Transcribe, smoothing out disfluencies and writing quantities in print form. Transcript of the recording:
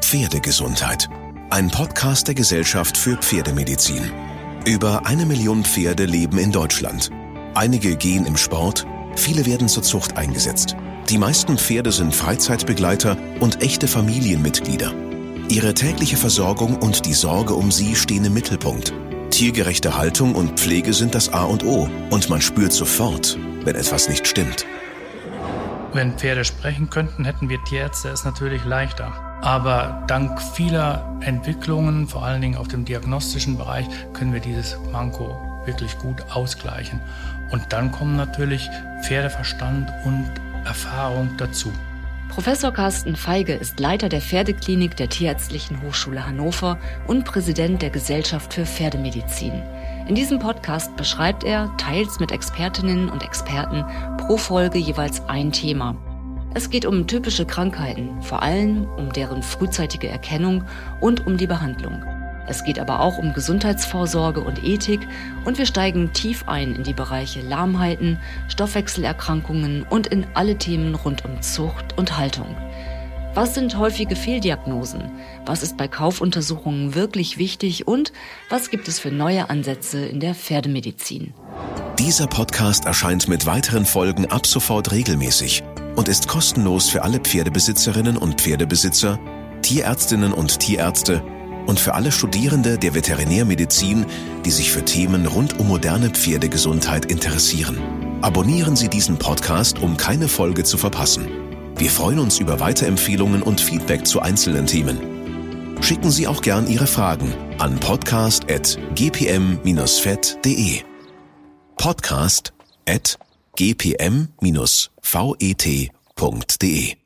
Pferdegesundheit. Ein Podcast der Gesellschaft für Pferdemedizin. Über 1 Million Pferde leben in Deutschland. Einige gehen im Sport, viele werden zur Zucht eingesetzt. Die meisten Pferde sind Freizeitbegleiter und echte Familienmitglieder. Ihre tägliche Versorgung und die Sorge um sie stehen im Mittelpunkt. Tiergerechte Haltung und Pflege sind das A und O und man spürt sofort, wenn etwas nicht stimmt. Wenn Pferde sprechen könnten, hätten wir Tierärzte es natürlich leichter. Aber dank vieler Entwicklungen, vor allen Dingen auf dem diagnostischen Bereich, können wir dieses Manko wirklich gut ausgleichen. Und dann kommen natürlich Pferdeverstand und Erfahrung dazu. Professor Carsten Feige ist Leiter der Pferdeklinik der Tierärztlichen Hochschule Hannover und Präsident der Gesellschaft für Pferdemedizin. In diesem Podcast beschreibt er, teils mit Expertinnen und Experten, pro Folge jeweils ein Thema. Es geht um typische Krankheiten, vor allem um deren frühzeitige Erkennung und um die Behandlung. Es geht aber auch um Gesundheitsvorsorge und Ethik und wir steigen tief ein in die Bereiche Lahmheiten, Stoffwechselerkrankungen und in alle Themen rund um Zucht und Haltung. Was sind häufige Fehldiagnosen? Was ist bei Kaufuntersuchungen wirklich wichtig? Und was gibt es für neue Ansätze in der Pferdemedizin? Dieser Podcast erscheint mit weiteren Folgen ab sofort regelmäßig und ist kostenlos für alle Pferdebesitzerinnen und Pferdebesitzer, Tierärztinnen und Tierärzte und für alle Studierende der Veterinärmedizin, die sich für Themen rund um moderne Pferdegesundheit interessieren. Abonnieren Sie diesen Podcast, um keine Folge zu verpassen. Wir freuen uns über Weiterempfehlungen und Feedback zu einzelnen Themen. Schicken Sie auch gern Ihre Fragen an podcast@gpm-vet.de. podcast@gpm-vet.de